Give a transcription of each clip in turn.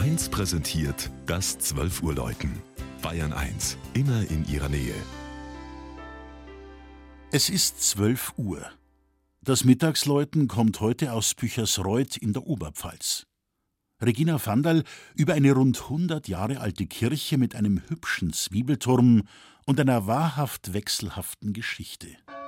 1 präsentiert das 12 Uhr Läuten. Bayern 1, immer in ihrer Nähe. Es ist 12 Uhr. Das Mittagsläuten kommt heute aus Büchersreuth in der Oberpfalz. Regina Vandal über eine rund 100 Jahre alte Kirche mit einem hübschen Zwiebelturm und einer wahrhaft wechselhaften Geschichte.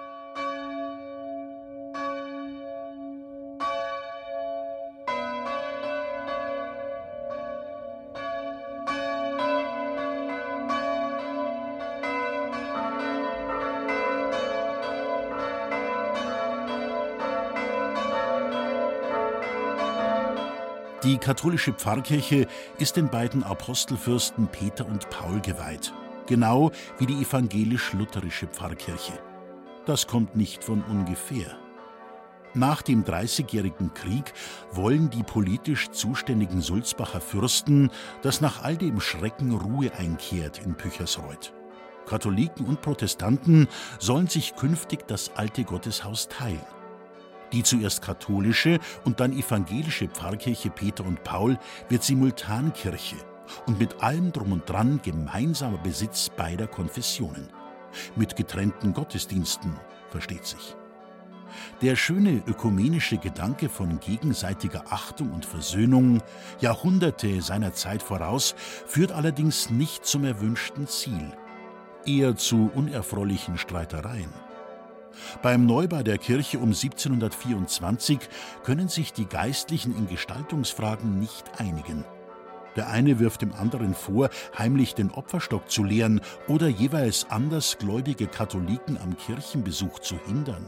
Die katholische Pfarrkirche ist den beiden Apostelfürsten Peter und Paul geweiht, genau wie die evangelisch-lutherische Pfarrkirche. Das kommt nicht von ungefähr. Nach dem Dreißigjährigen Krieg wollen die politisch zuständigen Sulzbacher Fürsten, dass nach all dem Schrecken Ruhe einkehrt in Büchersreuth. Katholiken und Protestanten sollen sich künftig das alte Gotteshaus teilen. Die zuerst katholische und dann evangelische Pfarrkirche Peter und Paul wird simultan Kirche und mit allem Drum und Dran gemeinsamer Besitz beider Konfessionen. Mit getrennten Gottesdiensten, versteht sich. Der schöne ökumenische Gedanke von gegenseitiger Achtung und Versöhnung, Jahrhunderte seiner Zeit voraus, führt allerdings nicht zum erwünschten Ziel, eher zu unerfreulichen Streitereien. Beim Neubau der Kirche um 1724 können sich die Geistlichen in Gestaltungsfragen nicht einigen. Der eine wirft dem anderen vor, heimlich den Opferstock zu leeren oder jeweils andersgläubige Katholiken am Kirchenbesuch zu hindern.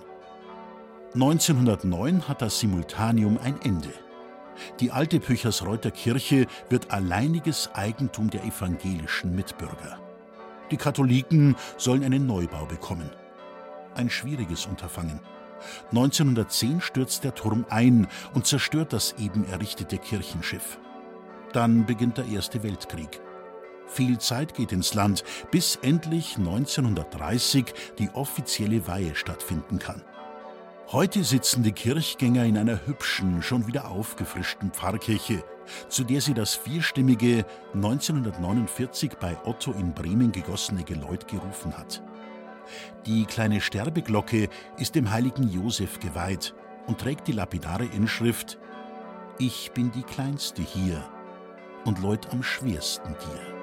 1909 hat das Simultanium ein Ende. Die alte Büchersreuther Kirche wird alleiniges Eigentum der evangelischen Mitbürger. Die Katholiken sollen einen Neubau bekommen. Ein schwieriges Unterfangen. 1910 stürzt der Turm ein und zerstört das eben errichtete Kirchenschiff. Dann beginnt der Erste Weltkrieg. Viel Zeit geht ins Land, bis endlich 1930 die offizielle Weihe stattfinden kann. Heute sitzen die Kirchgänger in einer hübschen, schon wieder aufgefrischten Pfarrkirche, zu der sie das vierstimmige, 1949 bei Otto in Bremen gegossene Geläut gerufen hat. Die kleine Sterbeglocke ist dem heiligen Josef geweiht und trägt die lapidare Inschrift: Ich bin die Kleinste hier und läut am schwersten dir.